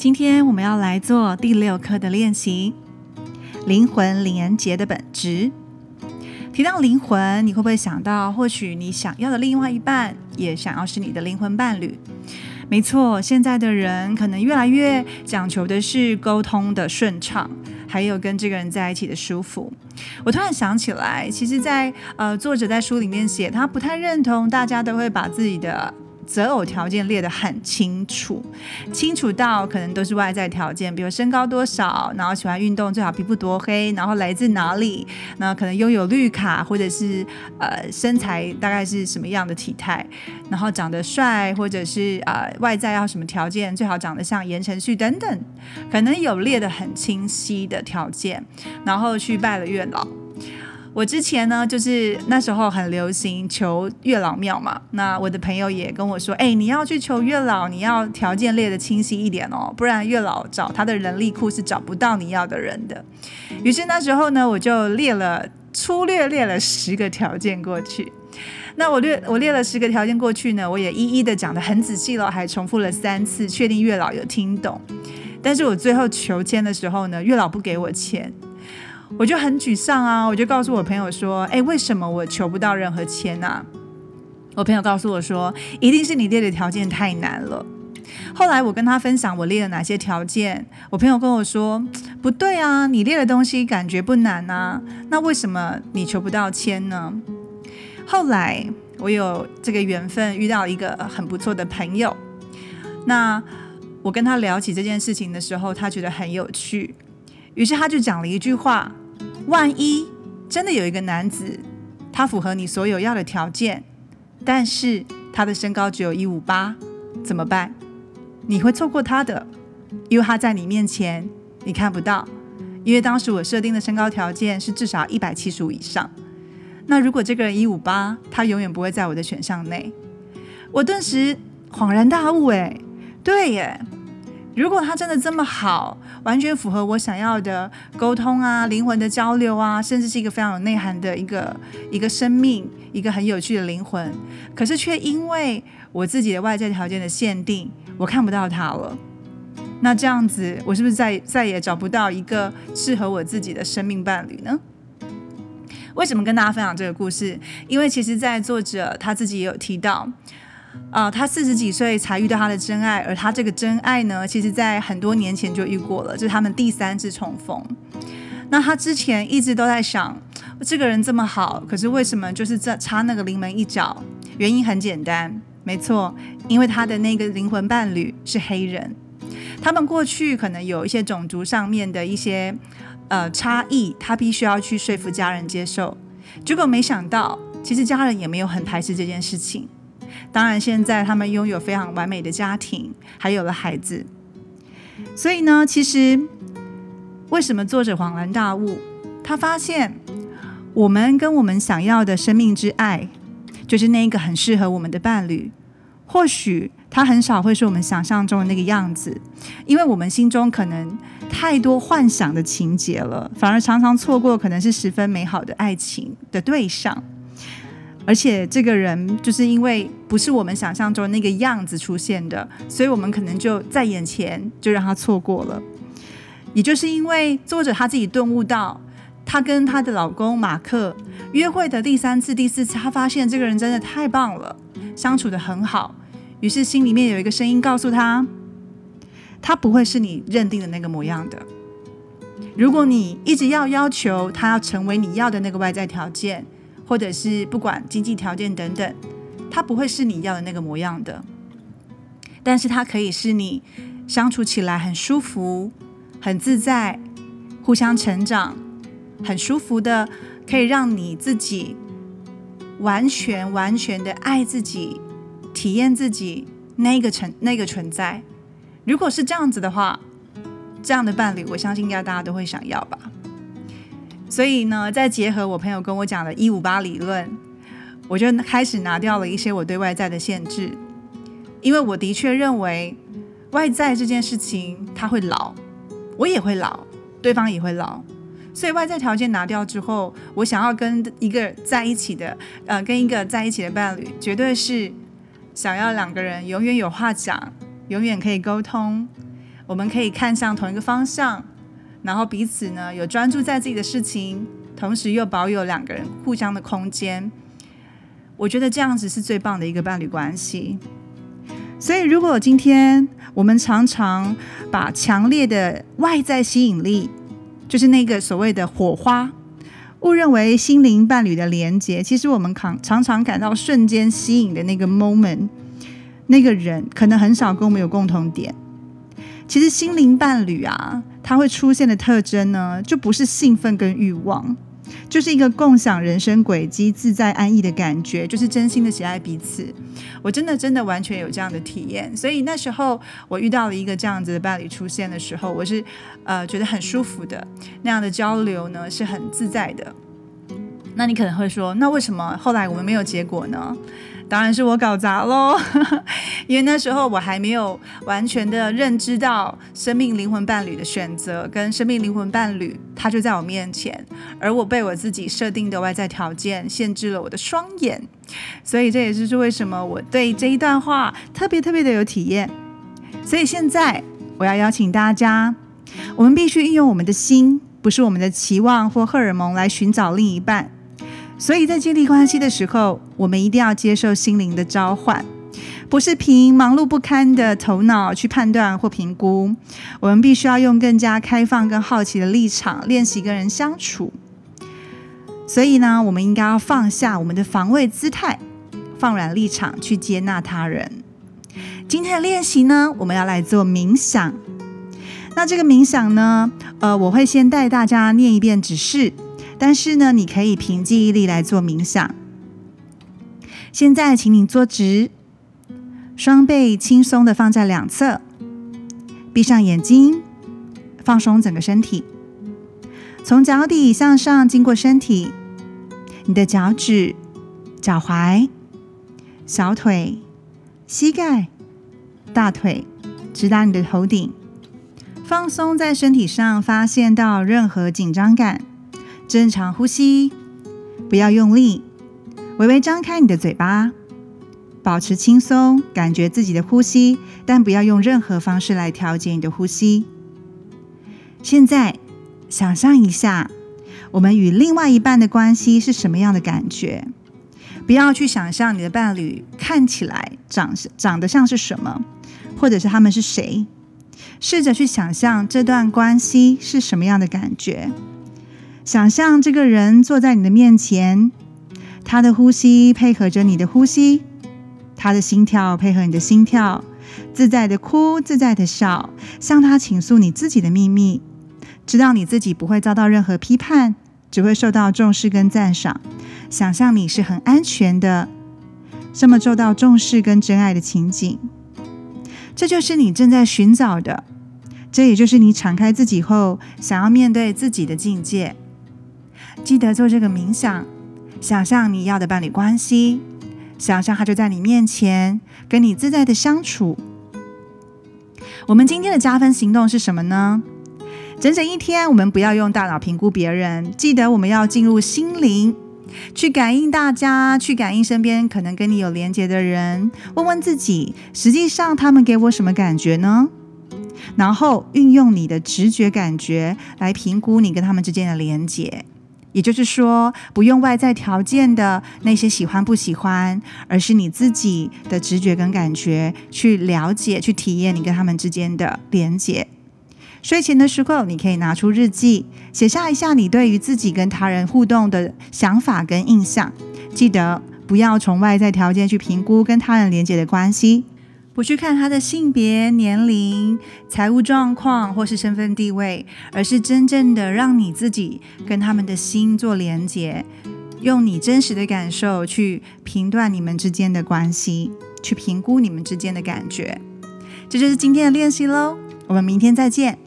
今天我们要来做第6课的练习，灵魂连结的本质。提到灵魂，你会不会想到或许你想要的另外一半也想要是你的灵魂伴侣？没错，现在的人可能越来越讲求的是沟通的顺畅，还有跟这个人在一起的舒服。我突然想起来，其实在作者在书里面写，他不太认同大家都会把自己的择偶条件列得很清楚到可能都是外在条件，比如身高多少，然后喜欢运动，最好皮肤多黑，然后来自哪里，那可能拥有绿卡，或者是身材大概是什么样的体态，然后长得帅，或者是外在要什么条件，最好长得像言承旭等等，可能有列得很清晰的条件，然后去拜了月老。我之前呢，就是那时候很流行求月老庙嘛，那我的朋友也跟我说，你要去求月老，你要条件列得清晰一点哦，不然月老找他的人力库是找不到你要的人的。于是那时候呢，我就粗略列了10个条件过去。那我列了10个条件过去呢，我也一一的讲得很仔细了，还重复了3次，确定月老有听懂。但是我最后求签的时候呢，月老不给我签，我就很沮丧啊！我就告诉我朋友说，为什么我求不到任何签啊？我朋友告诉我说，一定是你列的条件太难了。后来我跟他分享我列了哪些条件，我朋友跟我说，不对啊，你列的东西感觉不难啊，那为什么你求不到签呢？后来我有这个缘分遇到一个很不错的朋友，那我跟他聊起这件事情的时候，他觉得很有趣，于是他就讲了一句话，万一真的有一个男子，他符合你所有要的条件，但是他的身高只有158，怎么办？你会错过他的，因为他在你面前你看不到，因为当时我设定的身高条件是至少175以上。那如果这个人158，他永远不会在我的选项内。我顿时恍然大悟，对耶，如果他真的这么好，完全符合我想要的沟通啊、灵魂的交流啊，甚至是一个非常有内涵的一个生命，一个很有趣的灵魂，可是却因为我自己的外在条件的限定，我看不到他了。那这样子，我是不是再也找不到一个适合我自己的生命伴侣呢？为什么跟大家分享这个故事？因为其实在作者他自己也有提到，他40几岁才遇到他的真爱，而他这个真爱呢，其实在很多年前就遇过了，这是他们第3次重逢。那他之前一直都在想，这个人这么好，可是为什么就是差那个临门一脚？原因很简单，没错，因为他的那个灵魂伴侣是黑人，他们过去可能有一些种族上面的一些差异，他必须要去说服家人接受，结果没想到其实家人也没有很排斥这件事情。当然现在他们拥有非常完美的家庭，还有了孩子。所以呢，其实为什么作者恍然大悟，他发现我们跟我们想要的生命之爱，就是那个很适合我们的伴侣，或许他很少会是我们想象中的那个样子，因为我们心中可能太多幻想的情节了，反而常常错过可能是十分美好的爱情的对象。而且这个人就是因为不是我们想象中那个样子出现的，所以我们可能就在眼前就让他错过了。也就是因为作者他自己顿悟到，他跟他的老公马克约会的第3次、第4次，他发现这个人真的太棒了，相处得很好，于是心里面有一个声音告诉他，他不会是你认定的那个模样的。如果你一直要求他要成为你要的那个外在条件，或者是不管经济条件等等，他不会是你要的那个模样的，但是他可以是你相处起来很舒服、很自在、互相成长、很舒服的，可以让你自己完全的爱自己、体验自己那个存在。如果是这样子的话，这样的伴侣，我相信应该大家都会想要吧。所以呢，再结合我朋友跟我讲的158理论，我就开始拿掉了一些我对外在的限制，因为我的确认为外在这件事情它会老，我也会老，对方也会老，所以外在条件拿掉之后，我想要跟一个在一起的伴侣，绝对是想要2个人永远有话讲，永远可以沟通， 我们可以看向同一个方向，然后彼此呢有专注在自己的事情，同时又保有两个人互相的空间。我觉得这样子是最棒的一个伴侣关系。所以如果今天我们常常把强烈的外在吸引力，就是那个所谓的火花，误认为心灵伴侣的连结，其实我们常常感到瞬间吸引的那个 moment， 那个人可能很少跟我们有共同点。其实心灵伴侣啊，它会出现的特征呢，就不是兴奋跟欲望，就是一个共享人生轨迹、自在安逸的感觉，就是真心的喜爱彼此。我真的完全有这样的体验，所以那时候我遇到了一个这样子的伴侣出现的时候，我是觉得很舒服的，那样的交流呢是很自在的。那你可能会说，那为什么后来我们没有结果呢？当然是我搞砸咯因为那时候我还没有完全的认知到生命灵魂伴侣的选择，跟生命灵魂伴侣他就在我面前，而我被我自己设定的外在条件限制了我的双眼。所以这也就是为什么我对这一段话特别的有体验。所以现在我要邀请大家，我们必须运用我们的心，不是我们的期望或荷尔蒙来寻找另一半。所以在建立关系的时候，我们一定要接受心灵的召唤，不是凭忙碌不堪的头脑去判断或评估，我们必须要用更加开放跟好奇的立场练习跟人相处。所以呢，我们应该要放下我们的防卫姿态，放软立场去接纳他人。今天的练习呢，我们要来做冥想。那这个冥想呢，我会先带大家念一遍指示，但是呢，你可以凭记忆力来做冥想。现在请你坐直，双背轻松的放在两侧，闭上眼睛，放松整个身体，从脚底向上经过身体，你的脚趾、脚踝、小腿、膝盖、大腿，直达你的头顶，放松在身体上，发现到任何紧张感，正常呼吸，不要用力，微微张开你的嘴巴，保持轻松，感觉自己的呼吸，但不要用任何方式来调节你的呼吸。现在想象一下，我们与另外一半的关系是什么样的感觉？不要去想象你的伴侣看起来长得像是什么，或者是他们是谁，试着去想象这段关系是什么样的感觉。想象这个人坐在你的面前，他的呼吸配合着你的呼吸，他的心跳配合你的心跳，自在的哭，自在的笑，向他倾诉你自己的秘密，知道你自己不会遭到任何批判，只会受到重视跟赞赏。想象你是很安全的，这么受到重视跟真爱的情景，这就是你正在寻找的，这也就是你敞开自己后想要面对自己的境界。记得做这个冥想，想象你要的伴侣关系，想象他就在你面前，跟你自在的相处。我们今天的加分行动是什么呢？整整一天，我们不要用大脑评估别人，记得我们要进入心灵，去感应大家，去感应身边可能跟你有连结的人，问问自己，实际上他们给我什么感觉呢？然后运用你的直觉感觉来评估你跟他们之间的连结。也就是说，不用外在条件的那些喜欢不喜欢，而是你自己的直觉跟感觉去了解、去体验你跟他们之间的连结。睡前的时候，你可以拿出日记，写下一下你对于自己跟他人互动的想法跟印象。记得不要从外在条件去评估跟他人连结的关系，不去看他的性别、年龄、财务状况或是身份地位，而是真正的让你自己跟他们的心做连结，用你真实的感受去评断你们之间的关系，去评估你们之间的感觉。这就是今天的练习咯，我们明天再见。